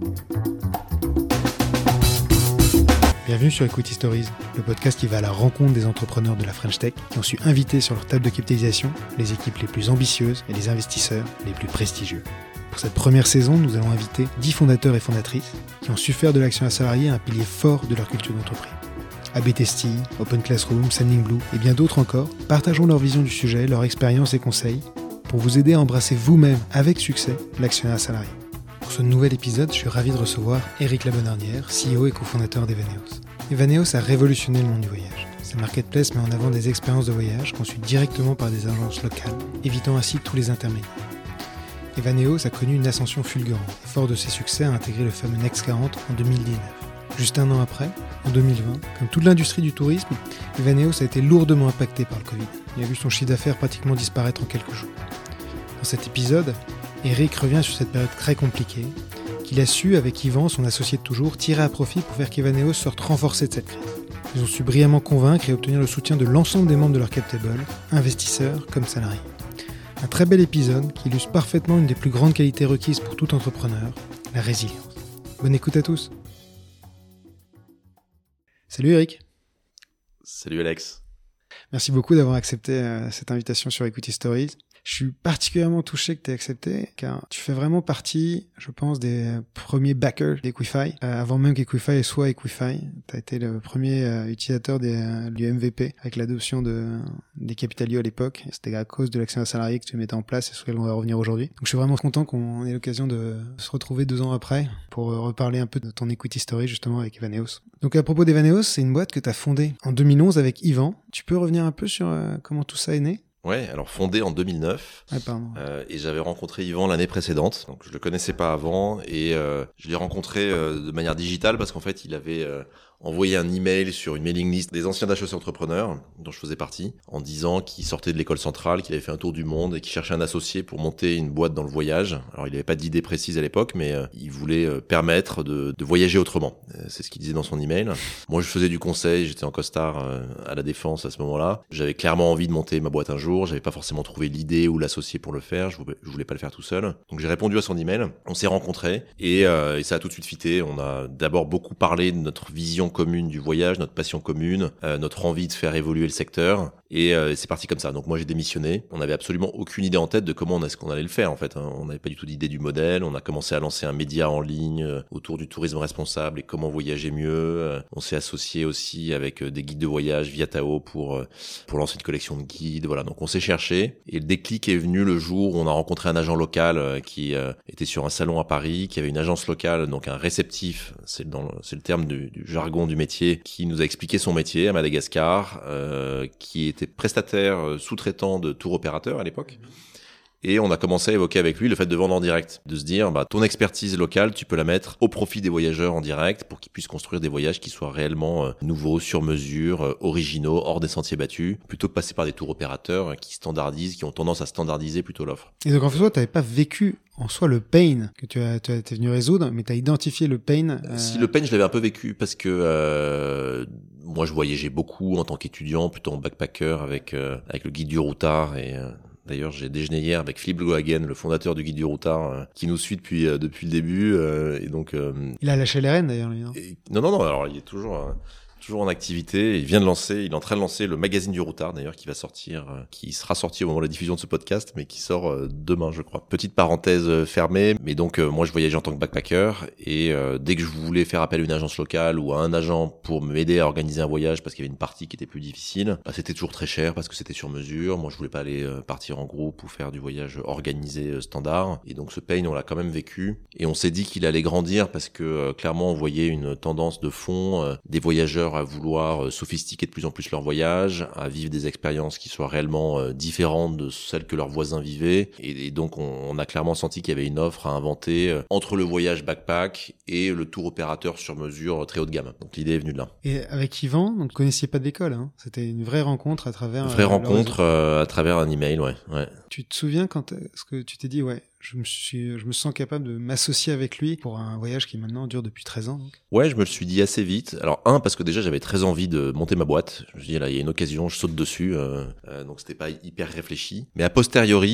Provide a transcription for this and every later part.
Bienvenue sur Equity Stories, le podcast qui va à la rencontre des entrepreneurs de la French Tech qui ont su inviter sur leur table de capitalisation les équipes les plus ambitieuses et les investisseurs les plus prestigieux. Pour cette première saison, nous allons inviter 10 fondateurs et fondatrices qui ont su faire de l'action à salarié un pilier fort de leur culture d'entreprise. AB Testi, Open Classroom, Sendinblue et bien d'autres encore partageront leur vision du sujet, leur expérience et conseils pour vous aider à embrasser vous-même avec succès l'actionnariat salarié. Pour ce nouvel épisode, je suis ravi de recevoir Éric Labonarnière, CEO et cofondateur d'Evaneos. Evaneos a révolutionné le monde du voyage. Sa marketplace met en avant des expériences de voyage conçues directement par des agences locales, évitant ainsi tous les intermédiaires. Evaneos a connu une ascension fulgurante et fort de ses succès a intégré le fameux Next 40 en 2019. Juste un an après, en 2020, comme toute l'industrie du tourisme, Evaneos a été lourdement impacté par le Covid. Il a vu son chiffre d'affaires pratiquement disparaître en quelques jours. Dans cet épisode, Éric revient sur cette période très compliquée, qu'il a su, avec Yvan, son associé de toujours, tirer à profit pour faire qu'Evaneos sorte renforcé de cette crise. Ils ont su brillamment convaincre et obtenir le soutien de l'ensemble des membres de leur cap table, investisseurs comme salariés. Un très bel épisode qui illustre parfaitement une des plus grandes qualités requises pour tout entrepreneur, la résilience. Bonne écoute à tous. Salut Éric. Salut Alex. Merci beaucoup d'avoir accepté cette invitation sur Equity Stories. Je suis particulièrement touché que tu aies accepté, car tu fais vraiment partie, je pense, des premiers backers d'Equify. Avant même qu'Equify soit Equify, tu as été le premier utilisateur du MVP avec l'adoption des Capitalios à l'époque. C'était à cause de l'action salarié que tu mettais en place et sur lequel on va revenir aujourd'hui. Donc je suis vraiment content qu'on ait l'occasion de se retrouver 2 ans après pour reparler un peu de ton Equity Story justement avec Evaneos. Donc à propos d'Evaneos, c'est une boîte que tu as fondée en 2011 avec Yvan. Tu peux revenir un peu sur comment tout ça est né ? Ouais, alors fondé en 2009, et j'avais rencontré Yvan l'année précédente, donc je le connaissais pas avant, et je l'ai rencontré de manière digitale parce qu'en fait il avait envoyé un email sur une mailing list des anciens d'HEC entrepreneurs, dont je faisais partie, en disant qu'il sortait de l'école centrale, qu'il avait fait un tour du monde et qu'il cherchait un associé pour monter une boîte dans le voyage. Alors il n'avait pas d'idée précise à l'époque, mais il voulait permettre de voyager autrement. C'est ce qu'il disait dans son email. Moi je faisais du conseil, j'étais en costard à la Défense à ce moment-là. J'avais clairement envie de monter ma boîte un jour, j'avais pas forcément trouvé l'idée ou l'associé pour le faire, je voulais pas le faire tout seul. Donc j'ai répondu à son email, on s'est rencontrés et ça a tout de suite fité. On a d'abord beaucoup parlé de notre vision commune du voyage, notre passion commune, notre envie de faire évoluer le secteur et c'est parti comme ça. Donc moi j'ai démissionné, on n'avait absolument aucune idée en tête de comment est-ce qu'on allait le faire en fait, hein. On n'avait pas du tout d'idée du modèle, on a commencé à lancer un média en ligne autour du tourisme responsable et comment voyager mieux. On s'est associé aussi avec des guides de voyage via Tao pour lancer une collection de guides, voilà. Donc on s'est cherché et le déclic est venu le jour où on a rencontré un agent local qui était sur un salon à Paris, qui avait une agence locale, donc un réceptif, c'est le terme du jargon du métier, qui nous a expliqué son métier à Madagascar, qui était prestataire sous-traitant de tour opérateur à l'époque. Et on a commencé à évoquer avec lui le fait de vendre en direct, de se dire ton expertise locale, tu peux la mettre au profit des voyageurs en direct pour qu'ils puissent construire des voyages qui soient réellement nouveaux, sur mesure, originaux, hors des sentiers battus, plutôt que passer par des tours opérateurs qui standardisent, qui ont tendance à standardiser plutôt l'offre. Et donc en fait, toi, tu n'avais pas vécu en soi le pain que tu es venu résoudre, mais tu as identifié le pain. Si, le pain, je l'avais un peu vécu parce que moi, je voyageais beaucoup en tant qu'étudiant, plutôt en backpacker avec le guide du routard et... D'ailleurs, j'ai déjeuné hier avec Philippe Gohagen, le fondateur du Guide du Routard, qui nous suit depuis le début. Et donc, il a lâché les rênes d'ailleurs, lui. Non. Alors, il est toujours en activité. Il est en train de lancer le magazine du Routard, d'ailleurs, qui sera sorti au moment de la diffusion de ce podcast, mais qui sort demain, je crois. Petite parenthèse fermée. Mais donc, moi, je voyageais en tant que backpacker. Et dès que je voulais faire appel à une agence locale ou à un agent pour m'aider à organiser un voyage, parce qu'il y avait une partie qui était plus difficile, c'était toujours très cher parce que c'était sur mesure. Moi, je voulais pas aller partir en groupe ou faire du voyage organisé standard. Et donc, ce pain, on l'a quand même vécu. Et on s'est dit qu'il allait grandir parce que, clairement, on voyait une tendance de fond des voyageurs à vouloir sophistiquer de plus en plus leur voyage, à vivre des expériences qui soient réellement différentes de celles que leurs voisins vivaient. Et donc, on a clairement senti qu'il y avait une offre à inventer entre le voyage backpack et le tour opérateur sur mesure très haut de gamme. Donc, l'idée est venue de là. Et avec Yvan, donc, vous ne connaissiez pas d'école, hein. C'était une vraie rencontre à travers... Une vraie rencontre à travers un email, ouais. Tu te souviens quand est-ce que tu t'es dit, ouais, je me sens capable de m'associer avec lui pour un voyage qui maintenant dure depuis 13 ans. Donc. Ouais, je me le suis dit assez vite. Alors, parce que déjà, j'avais très envie de monter ma boîte. Je me suis dit, là, il y a une occasion, je saute dessus. Donc, c'était pas hyper réfléchi. Mais a posteriori,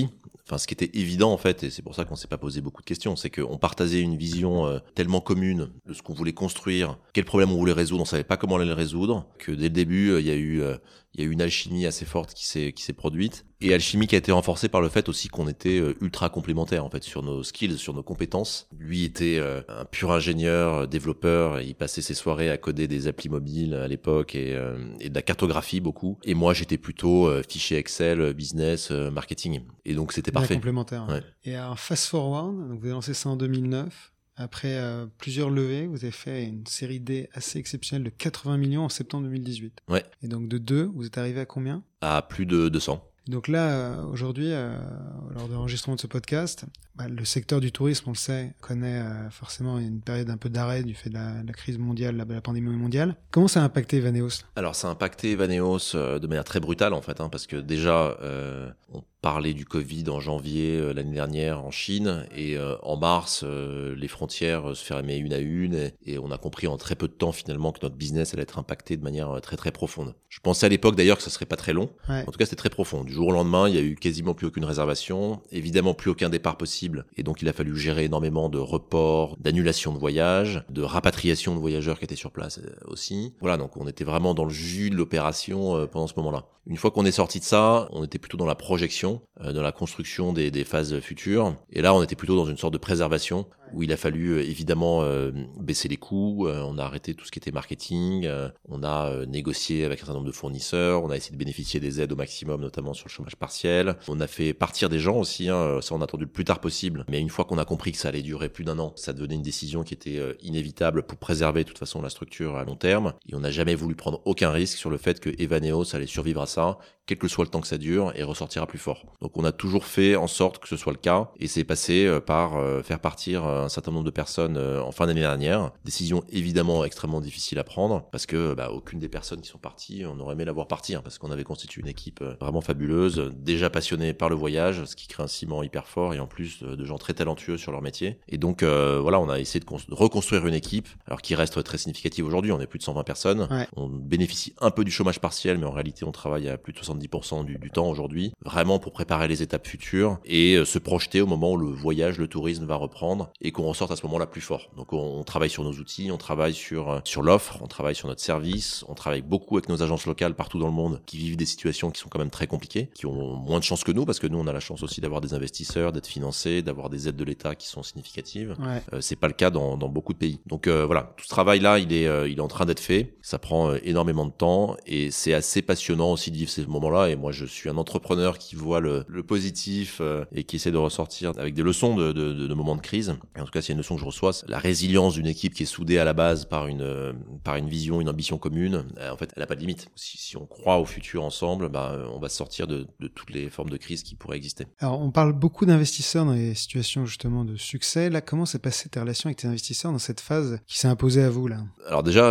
Enfin, ce qui était évident en fait, et c'est pour ça qu'on s'est pas posé beaucoup de questions, c'est qu'on partageait une vision tellement commune de ce qu'on voulait construire, quel problème on voulait résoudre, on savait pas comment on allait le résoudre, que dès le début, il y a eu une alchimie assez forte qui s'est produite, et alchimie qui a été renforcée par le fait aussi qu'on était ultra complémentaires en fait sur nos skills, sur nos compétences. Lui était un pur ingénieur, développeur, il passait ses soirées à coder des applis mobiles à l'époque et de la cartographie beaucoup. Et moi j'étais plutôt fichier Excel, business, marketing. Et donc c'était parfait. Complémentaire. Ouais. Et alors fast forward, donc vous avez lancé ça en 2009. Après plusieurs levées, vous avez fait une série D assez exceptionnelle de 80 millions en septembre 2018. Ouais. Et donc de 2, vous êtes arrivé à combien ? À plus de 200. Donc là, aujourd'hui, lors de l'enregistrement de ce podcast, le secteur du tourisme, on le sait, connaît forcément une période un peu d'arrêt du fait de la crise mondiale, la pandémie mondiale. Comment ça a impacté Evaneos ? Alors ça a impacté Evaneos de manière très brutale en fait, parce que déjà, on parlait du Covid en janvier l'année dernière en Chine, et en mars, les frontières se fermaient une à une, et on a compris en très peu de temps finalement que notre business allait être impacté de manière très très profonde. Je pensais à l'époque d'ailleurs que ça serait pas très long, en tout cas c'était très profond. Du jour au lendemain, il y a eu quasiment plus aucune réservation, évidemment plus aucun départ possible, et donc il a fallu gérer énormément de reports, d'annulations de voyages, de rapatriation de voyageurs qui étaient sur place aussi. Voilà, donc on était vraiment dans le jus de l'opération pendant ce moment-là. Une fois qu'on est sorti de ça, on était plutôt dans la projection, dans la construction des phases futures, et là on était plutôt dans une sorte de préservation où il a fallu évidemment baisser les coûts, on a arrêté tout ce qui était marketing, on a négocié avec un certain nombre de fournisseurs, on a essayé de bénéficier des aides au maximum, notamment sur le chômage partiel, on a fait partir des gens aussi, ça on a attendu le plus tard possible, mais une fois qu'on a compris que ça allait durer plus d'1 an, ça devenait une décision qui était inévitable pour préserver de toute façon la structure à long terme, et on n'a jamais voulu prendre aucun risque sur le fait que Evaneos allait survivre à ça, quel que soit le temps que ça dure, et ressortira plus fort. Donc on a toujours fait en sorte que ce soit le cas, et c'est passé par faire partir un certain nombre de personnes en fin d'année dernière. Décision évidemment extrêmement difficile à prendre, parce que aucune des personnes qui sont parties, on aurait aimé la voir partir, parce qu'on avait constitué une équipe vraiment fabuleuse, déjà passionnée par le voyage, ce qui crée un ciment hyper fort, et en plus de gens très talentueux sur leur métier. Et donc voilà, on a essayé de reconstruire une équipe, alors qui reste très significative aujourd'hui, on est plus de 120 personnes, on bénéficie un peu du chômage partiel, mais en réalité on travaille à plus de 70% du temps aujourd'hui, vraiment pour préparer les étapes futures, et se projeter au moment où le voyage, le tourisme va reprendre, et qu'on ressorte à ce moment-là plus fort. Donc on travaille sur nos outils, on travaille sur l'offre, on travaille sur notre service, on travaille beaucoup avec nos agences locales partout dans le monde qui vivent des situations qui sont quand même très compliquées, qui ont moins de chance que nous, parce que nous on a la chance aussi d'avoir des investisseurs, d'être financés, d'avoir des aides de l'État qui sont significatives. C'est pas le cas dans beaucoup de pays. Donc voilà, tout ce travail-là, il est en train d'être fait. Ça prend énormément de temps, et c'est assez passionnant aussi de vivre ces moments-là. Et moi, je suis un entrepreneur qui voit le positif et qui essaie de ressortir avec des leçons de moments de crise. Et en tout cas, s'il y a une leçon que je reçois, c'est la résilience d'une équipe qui est soudée à la base par une vision, une ambition commune. En fait, elle n'a pas de limite. Si on croit au futur ensemble, on va sortir de toutes les formes de crise qui pourraient exister. Alors, on parle beaucoup d'investisseurs dans les situations justement de succès. Là, comment s'est passée tes relations avec tes investisseurs dans cette phase qui s'est imposée à vous là ? Alors déjà,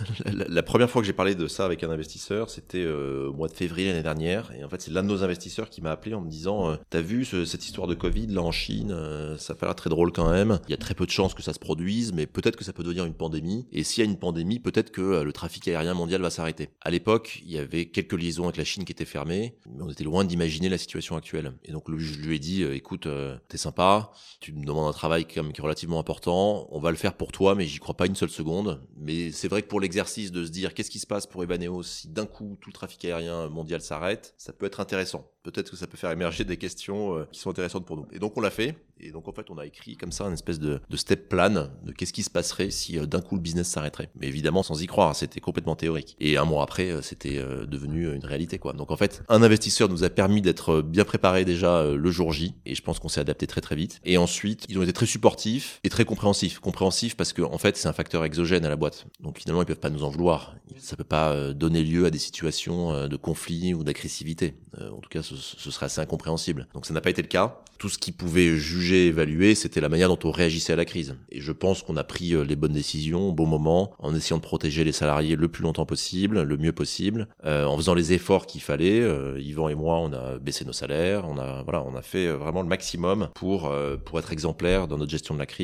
la première fois que j'ai parlé de ça avec un investisseur, c'était au mois de février l'année dernière. Et en fait, c'est l'un de nos investisseurs qui m'a appelé en me disant t'as vu cette histoire de Covid là en Chine, ça fait l'air très drôle quand même. Il y a très peu de chances que ça se produise, mais peut-être que ça peut devenir une pandémie. Et s'il y a une pandémie, peut-être que le trafic aérien mondial va s'arrêter. À l'époque, il y avait quelques liaisons avec la Chine qui étaient fermées, mais on était loin d'imaginer la situation actuelle. Et donc je lui ai dit écoute, t'es sympa, tu me demandes un travail quand même qui est relativement important, on va le faire pour toi, mais j'y crois pas une seule seconde. Mais c'est vrai que pour l'exercice de se dire qu'est-ce qui se passe pour Evaneos si d'un coup tout le trafic aérien mondial s'arrête, ça peut être intéressant. Peut-être que ça peut faire émerger des questions qui sont intéressantes pour nous. Et donc on l'a fait. Et donc en fait on a écrit comme ça une espèce de step plan de qu'est-ce qui se passerait si d'un coup le business s'arrêterait. Mais évidemment sans y croire, c'était complètement théorique. Et un mois après c'était devenu une réalité quoi. Donc en fait un investisseur nous a permis d'être bien préparés déjà le jour J. Et je pense qu'on s'est adapté très très vite. Et ensuite ils ont été très supportifs et très compréhensifs. Compréhensifs parce que en fait c'est un facteur exogène à la boîte. Donc finalement ils peuvent pas nous en vouloir. Ça peut pas donner lieu à des situations de conflit ou d'agressivité. En tout cas ce serait assez incompréhensible. Donc ça n'a pas été le cas. Tout ce qui pouvait juger, évaluer, c'était la manière dont on réagissait à la crise. Et je pense qu'on a pris les bonnes décisions au bon moment, en essayant de protéger les salariés le plus longtemps possible, le mieux possible, en faisant les efforts qu'il fallait. Yvan et moi, on a baissé nos salaires, on a fait vraiment le maximum pour être exemplaires dans notre gestion de la crise.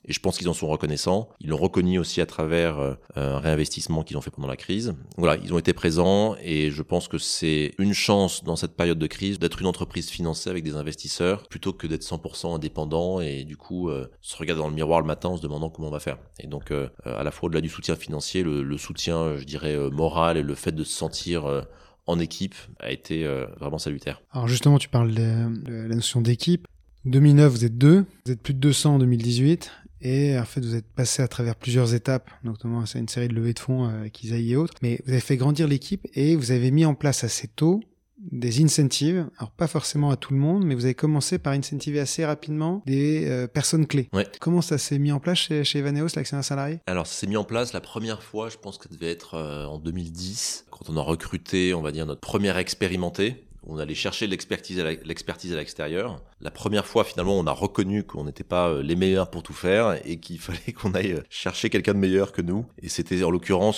Et je pense qu'ils en sont reconnaissants. Ils l'ont reconnu aussi à travers un réinvestissement qu'ils ont fait pendant la crise. Voilà, ils ont été présents et je pense que c'est une chance dans cette période de crise d'être une entreprise financée avec des investisseurs plutôt que d'être 100% indépendant et du coup se regarder dans le miroir le matin en se demandant comment on va faire. Et donc à la fois au-delà du soutien financier, le soutien, je dirais, moral et le fait de se sentir en équipe a été vraiment salutaire. Alors justement, tu parles de la notion d'équipe. 2009, vous êtes 2, vous êtes plus de 200 en 2018, et en fait, vous êtes passé à travers plusieurs étapes, notamment c'est une série de levées de fonds avec Isaïe et autres, mais vous avez fait grandir l'équipe et vous avez mis en place assez tôt des incentives, alors pas forcément à tout le monde, mais vous avez commencé par incentiver assez rapidement des personnes clés. Ouais. Comment ça s'est mis en place chez Evaneos, l'actionnaire salarié ? Alors ça s'est mis en place la première fois, je pense que ça devait être en 2010, quand on a recruté, on va dire, notre première expérimenté. On allait chercher l'expertise à l'extérieur. La première fois, finalement, on a reconnu qu'on n'était pas les meilleurs pour tout faire et qu'il fallait qu'on aille chercher quelqu'un de meilleur que nous. Et c'était en l'occurrence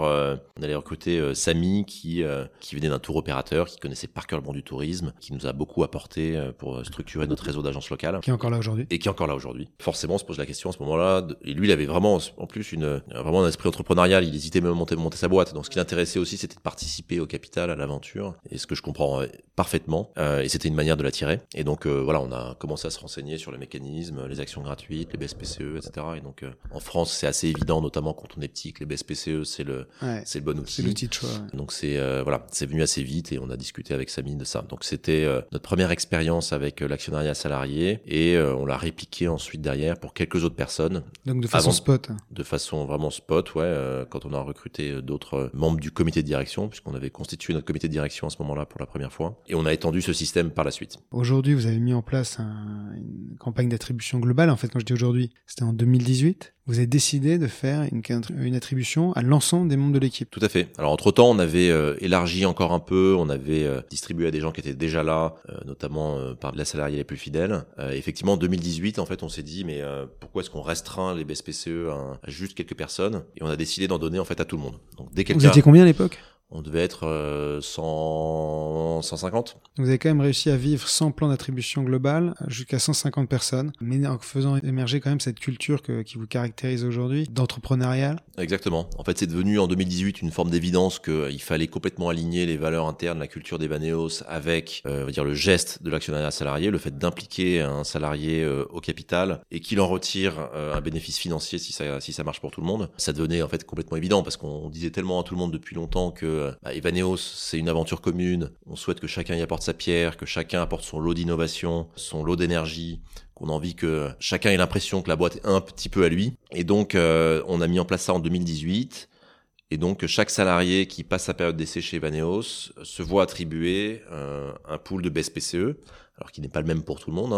on allait recruter Samy qui venait d'un tour opérateur, qui connaissait par cœur le monde du tourisme, qui nous a beaucoup apporté pour structurer notre réseau d'agences locales. Qui est encore là aujourd'hui. Et qui est encore là aujourd'hui. Forcément, on se pose la question à ce moment-là. Et lui, il avait vraiment, en plus, vraiment un esprit entrepreneurial. Il hésitait même à monter sa boîte. Donc, ce qui l'intéressait aussi, c'était de participer au capital, à l'aventure. Et ce que je comprends parfaitement, et c'était une manière de l'attirer. Et donc voilà, on a commencé à se renseigner sur les mécanismes, les actions gratuites, les BSPCE, etc. Et donc en France, c'est assez évident, notamment quand on est petit, que les BSPCE c'est le bon outil. C'est l'outil de choix. Ouais. Donc c'est voilà, c'est venu assez vite et on a discuté avec Samy de ça. Donc c'était notre première expérience avec l'actionnariat salarié et on l'a répliqué ensuite derrière pour quelques autres personnes. Donc de façon spot. De façon vraiment spot, quand on a recruté d'autres membres du comité de direction, puisqu'on avait constitué notre comité de direction à ce moment-là pour la première fois. Et on a étendu ce système par la suite. Aujourd'hui, vous avez mis en place une campagne d'attribution globale. En fait, quand je dis aujourd'hui, c'était en 2018. Vous avez décidé de faire une attribution à l'ensemble des membres de l'équipe. Tout à fait. Alors entre-temps, on avait élargi encore un peu, on avait distribué à des gens qui étaient déjà là, notamment par la salariée les plus fidèles. Effectivement, en 2018, en fait, on s'est dit, mais pourquoi est-ce qu'on restreint les BSPCE à juste quelques personnes ? Et on a décidé d'en donner en fait à tout le monde. Donc dès quelqu'un... Vous étiez combien à l'époque ? On devait être 150. Vous avez quand même réussi à vivre sans plan d'attribution globale jusqu'à 150 personnes, mais en faisant émerger quand même cette culture qui vous caractérise aujourd'hui, d'entrepreneurial. Exactement. En fait, c'est devenu en 2018 une forme d'évidence qu'il fallait complètement aligner les valeurs internes, la culture d'Evaneos avec le geste de l'actionnariat salarié, le fait d'impliquer un salarié au capital et qu'il en retire un bénéfice financier si ça marche pour tout le monde. Ça devenait en fait complètement évident parce qu'on disait tellement à tout le monde depuis longtemps que Evaneos, c'est une aventure commune. On souhaite que chacun y apporte sa pierre, que chacun apporte son lot d'innovation, son lot d'énergie, qu'on a envie que chacun ait l'impression que la boîte est un petit peu à lui. Et donc, on a mis en place ça en 2018. Et donc, chaque salarié qui passe sa période d'essai chez Evaneos se voit attribuer un pool de BSPCE. Alors qui n'est pas le même pour tout le monde.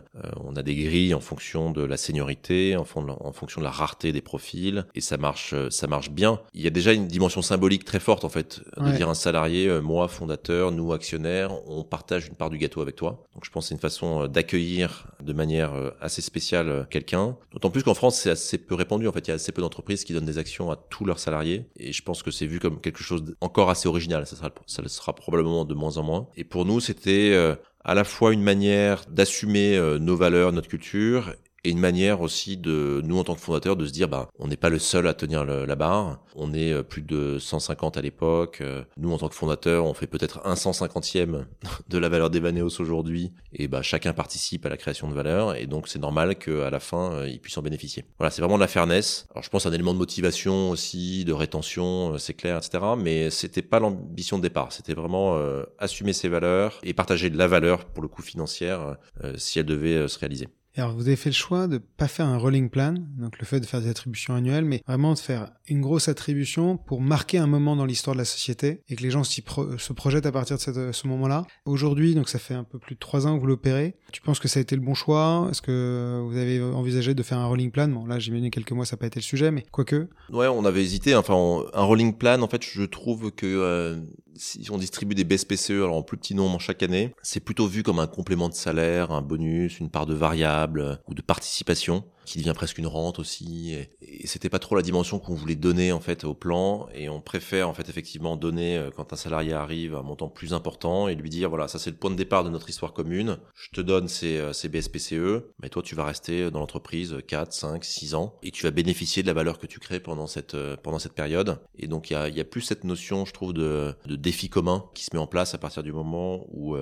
On a des grilles en fonction de la seniorité, en fonction de la rareté des profils, et ça marche bien. Il y a déjà une dimension symbolique très forte en fait, de dire un salarié, moi fondateur, nous actionnaires, on partage une part du gâteau avec toi. Donc je pense que c'est une façon d'accueillir de manière assez spéciale quelqu'un. D'autant plus qu'en France c'est assez peu répandu. En fait, il y a assez peu d'entreprises qui donnent des actions à tous leurs salariés, et je pense que c'est vu comme quelque chose encore assez original. Ça sera probablement de moins en moins. Et pour nous, c'était à la fois une manière d'assumer nos valeurs, notre culture, et une manière aussi de nous en tant que fondateurs de se dire on n'est pas le seul à tenir la barre. On est plus de 150 à l'époque. Nous en tant que fondateurs, on fait peut-être 1/150e de la valeur d'Evaneos aujourd'hui, et chacun participe à la création de valeur, et donc c'est normal qu'à la fin ils puissent en bénéficier. Voilà, c'est vraiment de la fairness. Alors je pense un élément de motivation aussi, de rétention, c'est clair, etc. Mais c'était pas l'ambition de départ. C'était vraiment assumer ses valeurs et partager de la valeur pour le coup financière si elle devait se réaliser. Et alors, vous avez fait le choix de pas faire un rolling plan, donc le fait de faire des attributions annuelles, mais vraiment de faire une grosse attribution pour marquer un moment dans l'histoire de la société et que les gens se projettent à partir de ce moment-là. Aujourd'hui, donc ça fait un peu plus de 3 ans que vous l'opérez. Tu penses que ça a été le bon choix ? Est-ce que vous avez envisagé de faire un rolling plan ? Bon, là, j'imagine quelques mois, ça n'a pas été le sujet, mais quoique. Ouais, on avait hésité. Enfin, un rolling plan, en fait, je trouve que si on distribue des BSPCE alors en plus petit nombre chaque année, c'est plutôt vu comme un complément de salaire, un bonus, une part de variable ou de participation qui devient presque une rente aussi. Et c'était pas trop la dimension qu'on voulait donner en fait au plan. Et on préfère en fait effectivement donner quand un salarié arrive un montant plus important et lui dire voilà, ça c'est le point de départ de notre histoire commune. Je te donne ces BSPCE, mais toi tu vas rester dans l'entreprise 4, 5, 6 ans et tu vas bénéficier de la valeur que tu crées pendant cette période. Et donc il y a plus cette notion, je trouve, de défi commun qui se met en place à partir du moment où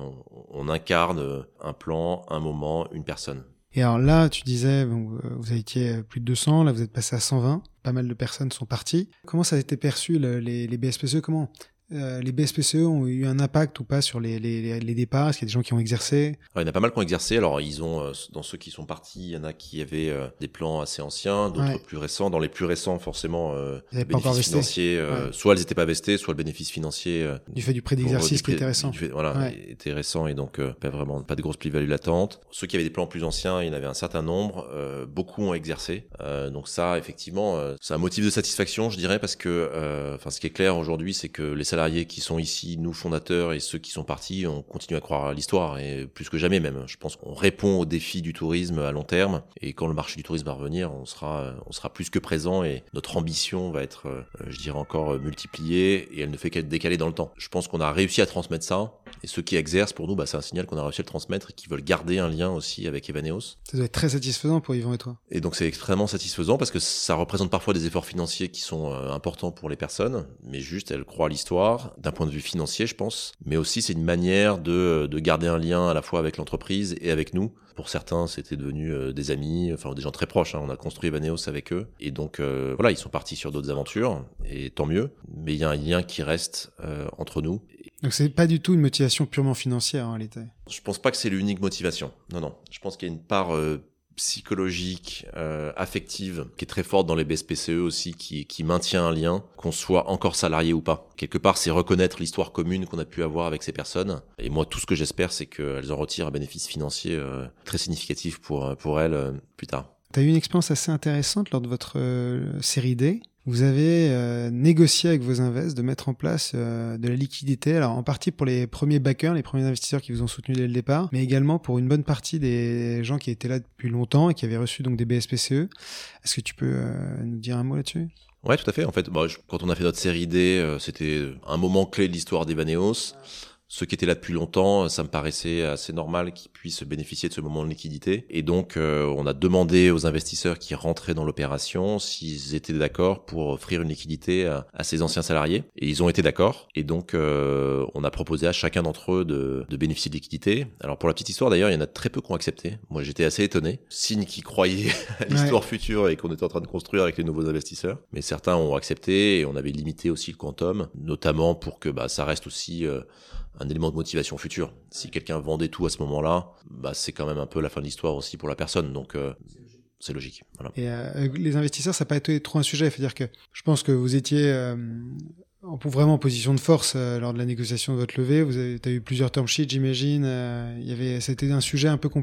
on incarne un plan, un moment, une personne. Et alors là, tu disais, vous étiez plus de 200, là vous êtes passé à 120, pas mal de personnes sont parties. Comment ça a été perçu les BSPCE? Comment les BSPCE ont eu un impact ou pas sur les départs? Est-ce qu'il y a des gens qui ont exercé? Il y en a pas mal qui ont exercé. Alors, ils ont, dans ceux qui sont partis, il y en a qui avaient des plans assez anciens, d'autres plus récents. Dans les plus récents, forcément, le bénéfice financier, soit elles n'étaient pas vestées, soit le bénéfice financier... du fait du prêt d'exercice qui était récent. Était récent et donc pas de grosse plus-value latente. Ceux qui avaient des plans plus anciens, il y en avait un certain nombre. Beaucoup ont exercé. Donc ça, effectivement, c'est un motif de satisfaction, je dirais, parce que ce qui est clair aujourd'hui, c'est que les salariés qui sont ici, nous fondateurs, et ceux qui sont partis, on continue à croire à l'histoire, et plus que jamais même. Je pense qu'on répond aux défis du tourisme à long terme, et quand le marché du tourisme va revenir, on sera plus que présent, et notre ambition va être, je dirais, encore multipliée, et elle ne fait qu'être décalée dans le temps. Je pense qu'on a réussi à transmettre ça, et ceux qui exercent, pour nous, c'est un signal qu'on a réussi à le transmettre, et qui veulent garder un lien aussi avec Evaneos. Ça doit être très satisfaisant pour Yvan et toi. Et donc c'est extrêmement satisfaisant, parce que ça représente parfois des efforts financiers qui sont importants pour les personnes, mais juste elles croient à l'histoire, d'un point de vue financier, je pense, mais aussi c'est une manière de garder un lien à la fois avec l'entreprise et avec nous. Pour certains, c'était devenu des amis, enfin des gens très proches. On a construit Evaneos avec eux, et donc ils sont partis sur d'autres aventures, et tant mieux. Mais il y a un lien qui reste entre nous. Donc c'est pas du tout une motivation purement financière en réalité. Je pense pas que c'est l'unique motivation. Non. Je pense qu'il y a une part psychologique, affective, qui est très forte dans les BSPCE aussi, qui maintient un lien, qu'on soit encore salarié ou pas. Quelque part, c'est reconnaître l'histoire commune qu'on a pu avoir avec ces personnes. Et moi, tout ce que j'espère, c'est qu'elles en retirent un bénéfice financier très significatif pour elles plus tard. Tu as eu une expérience assez intéressante lors de votre série D. Vous avez négocié avec vos invests de mettre en place de la liquidité, alors en partie pour les premiers backers, les premiers investisseurs qui vous ont soutenu dès le départ, mais également pour une bonne partie des gens qui étaient là depuis longtemps et qui avaient reçu donc des BSPCE. Est-ce que tu peux nous dire un mot là-dessus ? Ouais, tout à fait. En fait, quand on a fait notre série D, c'était un moment clé de l'histoire d'Evaneos. Ceux qui étaient là depuis longtemps, ça me paraissait assez normal qu'ils puissent bénéficier de ce moment de liquidité. Et donc, on a demandé aux investisseurs qui rentraient dans l'opération s'ils étaient d'accord pour offrir une liquidité à ces anciens salariés. Et ils ont été d'accord. Et donc, on a proposé à chacun d'entre eux de bénéficier de liquidité. Alors, pour la petite histoire, d'ailleurs, il y en a très peu qui ont accepté. Moi, j'étais assez étonné. Signe qu'ils croyaient à l'histoire future et qu'on était en train de construire avec les nouveaux investisseurs. Mais certains ont accepté et on avait limité aussi le quantum, notamment pour que ça reste aussi... un élément de motivation future. Si quelqu'un vendait tout à ce moment-là, c'est quand même un peu la fin de l'histoire aussi pour la personne. Donc, c'est logique. Voilà. Et les investisseurs, ça n'a pas été trop un sujet. C'est-à-dire que je pense que vous étiez vraiment en position de force lors de la négociation de votre levée. Tu as eu plusieurs term sheets, j'imagine. C'était un sujet un peu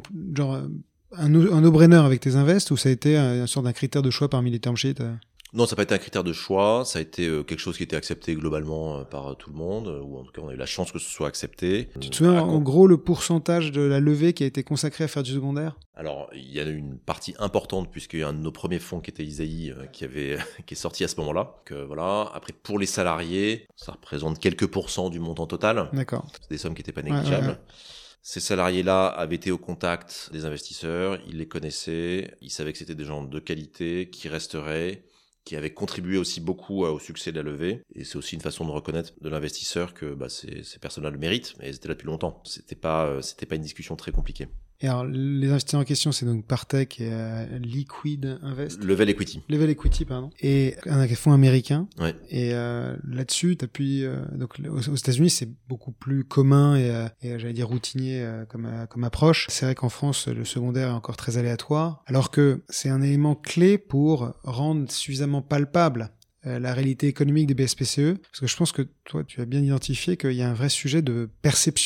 un no-brainer avec tes invests, ou ça a été une sorte d'un critère de choix parmi les term sheets Non, ça n'a pas été un critère de choix, ça a été quelque chose qui était accepté globalement par tout le monde, ou en tout cas on a eu la chance que ce soit accepté. Tu te souviens en gros le pourcentage de la levée qui a été consacré à faire du secondaire ? Alors, il y a eu une partie importante, puisqu'il y a un de nos premiers fonds qui était Isaïe, qui est sorti à ce moment-là. Voilà. Après, pour les salariés, ça représente quelques pourcents du montant total. D'accord. C'est des sommes qui n'étaient pas négligeables. Ouais. Ces salariés-là avaient été au contact des investisseurs, ils les connaissaient, ils savaient que c'était des gens de qualité, qui resteraient, qui avait contribué aussi beaucoup au succès de la levée. Et c'est aussi une façon de reconnaître de l'investisseur que ces personnes-là le méritent, mais elles étaient là depuis longtemps. C'était pas une discussion très compliquée. Et alors, les investisseurs en question, c'est donc Partech et Liquid Invest. Level Equity. Level Equity, pardon. Et un fonds américain. Ouais. Et là-dessus, t'appuies... donc aux États-Unis, c'est beaucoup plus commun et j'allais dire routinier comme approche. C'est vrai qu'en France, le secondaire est encore très aléatoire, alors que c'est un élément clé pour rendre suffisamment palpable la réalité économique des BSPCE, parce que je pense que toi, tu as bien identifié qu'il y a un vrai sujet de perception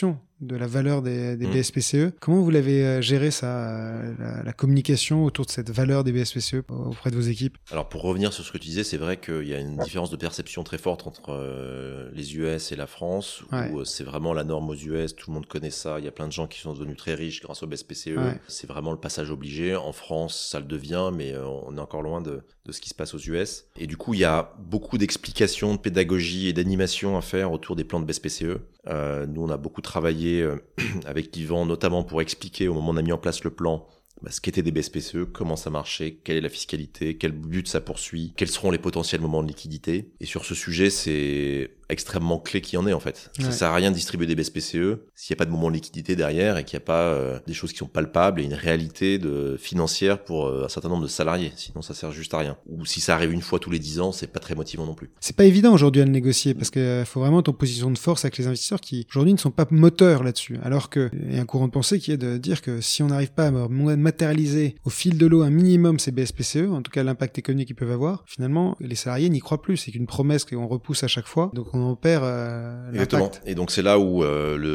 de la valeur des BSPCE. Comment vous l'avez géré ça, la communication autour de cette valeur des BSPCE auprès de vos équipes? Alors pour revenir sur ce que tu disais, c'est vrai qu'il y a une différence de perception très forte entre les US et la France, où c'est vraiment la norme aux US, tout le monde connaît ça, il y a plein de gens qui sont devenus très riches grâce au BSPCE, c'est vraiment le passage obligé. En France, ça le devient, mais on est encore loin de ce qui se passe aux US. Et du coup, il y a beaucoup d'explications, de pédagogie et d'animation à faire autour des plans de BSPCE. Nous, on a beaucoup travaillé avec Yvan, notamment pour expliquer, au moment où on a mis en place le plan, ce qu'étaient des BSPCE, comment ça marchait, quelle est la fiscalité, quel but ça poursuit, quels seront les potentiels moments de liquidité. Et sur ce sujet, c'est extrêmement clé qu'il y en ait en fait. Ça sert à rien de distribuer des BSPCE s'il n'y a pas de moment de liquidité derrière et qu'il n'y a pas des choses qui sont palpables et une réalité financière pour un certain nombre de salariés. Sinon, ça sert juste à rien. Ou si ça arrive une fois tous les 10 ans, c'est pas très motivant non plus. C'est pas évident aujourd'hui à le négocier parce qu'il faut vraiment être en position de force avec les investisseurs qui aujourd'hui ne sont pas moteurs là-dessus. Alors qu'il y a un courant de pensée qui est de dire que si on n'arrive pas à matérialiser au fil de l'eau un minimum ces BSPCE, en tout cas l'impact économique qu'ils peuvent avoir, finalement, les salariés n'y croient plus. C'est qu'une promesse qu'on repousse à chaque fois. Donc on perd l'impact. Et donc c'est là où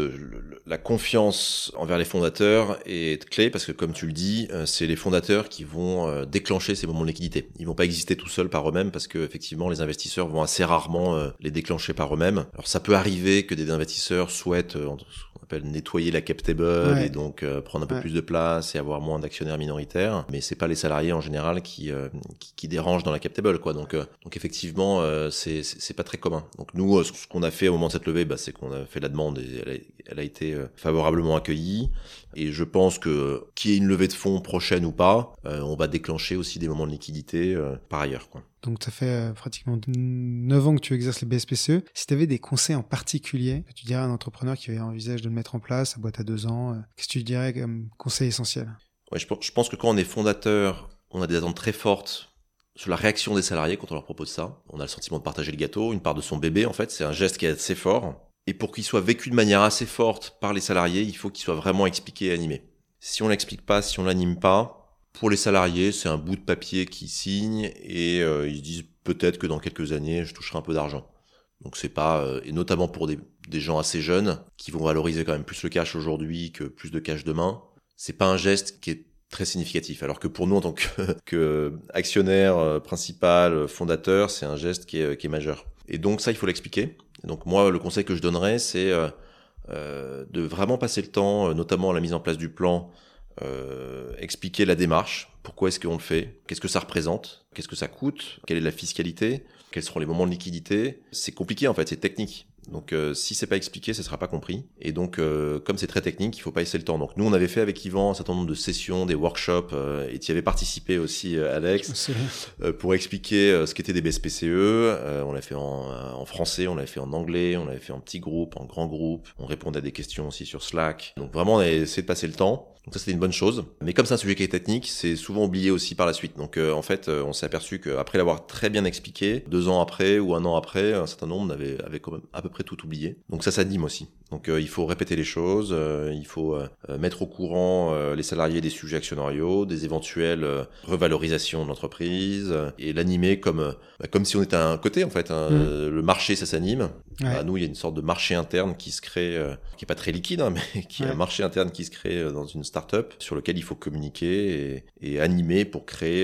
la confiance envers les fondateurs est clé parce que comme tu le dis, c'est les fondateurs qui vont déclencher ces moments de liquidité. Ils vont pas exister tout seuls par eux-mêmes parce que effectivement les investisseurs vont assez rarement les déclencher par eux-mêmes. Alors ça peut arriver que des investisseurs souhaitent ce qu'on appelle nettoyer la cap table et donc prendre un peu plus de place et avoir moins d'actionnaires minoritaires, mais c'est pas les salariés en général qui dérangent dans la cap table quoi. Donc effectivement c'est pas très commun. Donc nous ce qu'on a fait au moment de cette levée, c'est qu'on a fait la demande et elle a été favorablement accueillie. Et je pense que qu'il y ait une levée de fonds prochaine ou pas, on va déclencher aussi des moments de liquidité par ailleurs, quoi. Donc ça fait pratiquement 9 ans que tu exerces les BSPCE. Si tu avais des conseils en particulier que tu dirais à un entrepreneur qui envisage de le mettre en place, sa boîte à 2 ans, qu'est-ce que tu dirais comme conseil essentiel? Ouais, je pense que quand on est fondateur, on a des attentes très fortes sur la réaction des salariés quand on leur propose ça. On a le sentiment de partager le gâteau, une part de son bébé en fait, c'est un geste qui est assez fort. Et pour qu'il soit vécu de manière assez forte par les salariés, il faut qu'il soit vraiment expliqué et animé. Si on l'explique pas, si on l'anime pas, pour les salariés, c'est un bout de papier qu'ils signent et ils se disent peut-être que dans quelques années, je toucherai un peu d'argent. Donc c'est pas, et notamment pour des gens assez jeunes qui vont valoriser quand même plus le cash aujourd'hui que plus de cash demain, c'est pas un geste qui est très significatif. Alors que pour nous, en tant que actionnaire principal, fondateur, c'est un geste qui est majeur. Et donc ça, il faut l'expliquer. Et donc moi, le conseil que je donnerais, c'est de vraiment passer le temps, notamment à la mise en place du plan, expliquer la démarche, pourquoi est-ce qu'on le fait, qu'est-ce que ça représente, qu'est-ce que ça coûte, quelle est la fiscalité, quels seront les moments de liquidité. C'est compliqué en fait, c'est technique. Donc si c'est pas expliqué, ça sera pas compris. Et donc comme c'est très technique, il faut pas laisser le temps. Donc nous on avait fait avec Yvan un certain nombre de sessions, des workshops, et tu y avais participé aussi Alex, pour expliquer ce qu'étaient des BSPCE. On l'a fait en français, on l'a fait en anglais, on l'avait fait en petits groupes, en grands groupes. On répondait à des questions aussi sur Slack. Donc vraiment on a essayé de passer le temps. Donc ça c'était une bonne chose. Mais comme c'est un sujet qui est technique, c'est souvent oublié aussi par la suite. Donc en fait on s'est aperçu qu'après l'avoir très bien expliqué, 2 ans après ou 1 an après, un certain nombre avait quand même à peu près tout oublié. Donc ça s'anime aussi. Donc il faut répéter les choses, il faut mettre au courant les salariés des sujets actionnariaux, des éventuelles revalorisations de l'entreprise et l'animer comme si on était à un côté en fait. Le marché ça s'anime. Ouais. Nous il y a une sorte de marché interne qui se crée, qui est pas très liquide, mais qui est un marché interne qui se crée dans une start-up sur lequel il faut communiquer et animer pour créer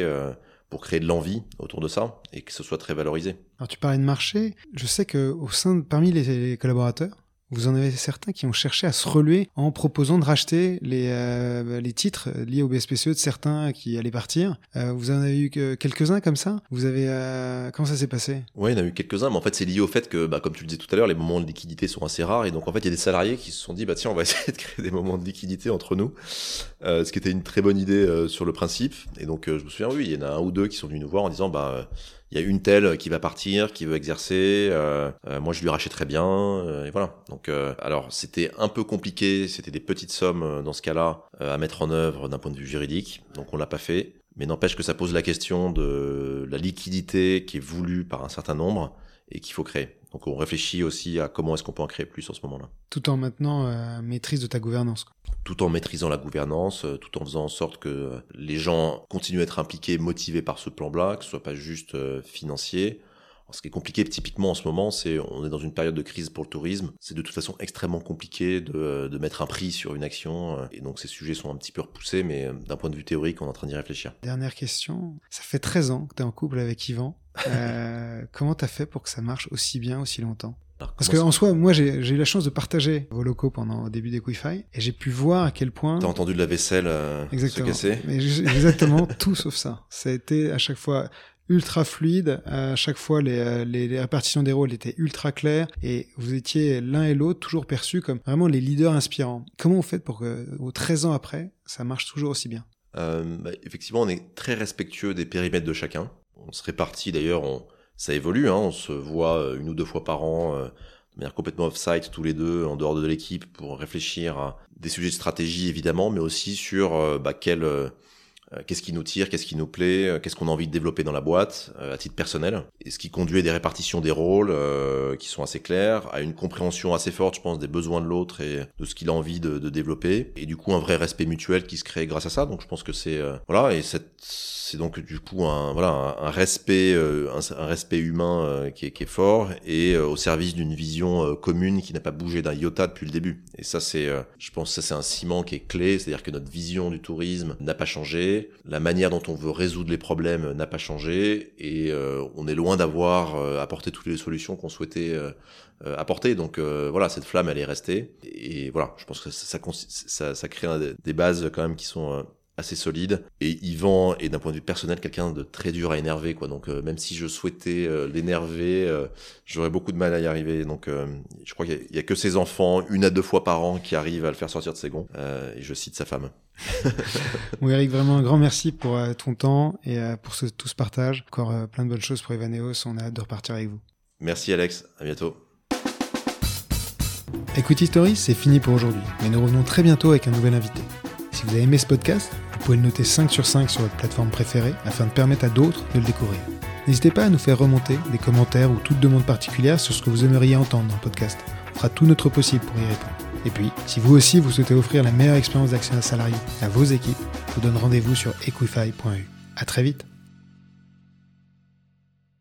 de l'envie autour de ça et que ce soit très valorisé. Alors tu parlais de marché, je sais que parmi les collaborateurs, vous en avez certains qui ont cherché à se relever en proposant de racheter les titres liés au BSPCE de certains qui allaient partir. Vous en avez eu quelques-uns comme ça? Comment ça s'est passé? Oui, il y en a eu quelques-uns, mais en fait c'est lié au fait que, comme tu le disais tout à l'heure, les moments de liquidité sont assez rares et donc en fait il y a des salariés qui se sont dit tiens on va essayer de créer des moments de liquidité entre nous, ce qui était une très bonne idée sur le principe. Et donc je me souviens, oui, il y en a un ou deux qui sont venus nous voir en disant il y a une telle qui va partir, qui veut exercer, moi je lui rachèterais bien, et voilà. Donc alors c'était un peu compliqué, c'était des petites sommes dans ce cas-là à mettre en œuvre d'un point de vue juridique, donc on l'a pas fait. Mais n'empêche que ça pose la question de la liquidité qui est voulue par un certain nombre et qu'il faut créer. Donc on réfléchit aussi à comment est-ce qu'on peut en créer plus en ce moment-là. Tout en maintenant maîtrise de ta gouvernance. Tout en maîtrisant la gouvernance, tout en faisant en sorte que les gens continuent à être impliqués, motivés par ce plan-là, que ce soit pas juste financier. Alors, ce qui est compliqué typiquement en ce moment, c'est on est dans une période de crise pour le tourisme. C'est de toute façon extrêmement compliqué de mettre un prix sur une action. Et donc ces sujets sont un petit peu repoussés, mais d'un point de vue théorique, on est en train d'y réfléchir. Dernière question. Ça fait 13 ans que tu es en couple avec Yvan. Comment tu as fait pour que ça marche aussi bien, aussi longtemps ? Parce qu'en soi, moi, j'ai eu la chance de partager vos locaux pendant le début d'Equify et j'ai pu voir à quel point... T'as entendu de la vaisselle se casser ? Exactement, tout sauf ça. Ça a été à chaque fois ultra fluide, à chaque fois les répartitions des rôles étaient ultra claires et vous étiez l'un et l'autre toujours perçus comme vraiment les leaders inspirants. Comment vous faites pour que, 13 ans après, ça marche toujours aussi bien ? Effectivement, on est très respectueux des périmètres de chacun. On se répartit d'ailleurs... Ça évolue, on se voit 1 ou 2 fois par an de manière complètement off-site tous les deux en dehors de l'équipe pour réfléchir à des sujets de stratégie évidemment, mais aussi sur qu'est-ce qui nous tire, qu'est-ce qui nous plaît, qu'est-ce qu'on a envie de développer dans la boîte à titre personnel, et ce qui conduit à des répartitions des rôles qui sont assez claires, à une compréhension assez forte, je pense, des besoins de l'autre et de ce qu'il a envie de développer, et du coup un vrai respect mutuel qui se crée grâce à ça. Donc je pense que c'est c'est donc du coup un respect humain qui est fort et au service d'une vision commune qui n'a pas bougé d'un iota depuis le début. Et ça je pense que ça c'est un ciment qui est clé, c'est-à-dire que notre vision du tourisme n'a pas changé, la manière dont on veut résoudre les problèmes n'a pas changé et on est loin d'avoir apporté toutes les solutions qu'on souhaitait apporter. Donc cette flamme elle est restée et voilà, je pense que ça crée des bases quand même qui sont assez solide. Et Yvan est d'un point de vue personnel quelqu'un de très dur à énerver, quoi. Donc même si je souhaitais l'énerver, j'aurais beaucoup de mal à y arriver. Donc je crois qu'il y a que ses enfants 1 à 2 fois par an qui arrivent à le faire sortir de ses gonds. Et je cite sa femme. Bon Eric, vraiment un grand merci pour ton temps et pour tout ce partage. Encore plein de bonnes choses pour Evaneos. On a hâte de repartir avec vous. Merci Alex, à bientôt. Equity Stories, c'est fini pour aujourd'hui, mais nous revenons très bientôt avec un nouvel invité. Si vous avez aimé ce podcast, vous pouvez le noter 5 sur 5 sur votre plateforme préférée afin de permettre à d'autres de le découvrir. N'hésitez pas à nous faire remonter des commentaires ou toute demande particulière sur ce que vous aimeriez entendre dans le podcast. On fera tout notre possible pour y répondre. Et puis, si vous aussi vous souhaitez offrir la meilleure expérience d'actionnaire salarié à vos équipes, je vous donne rendez-vous sur equify.eu. À très vite.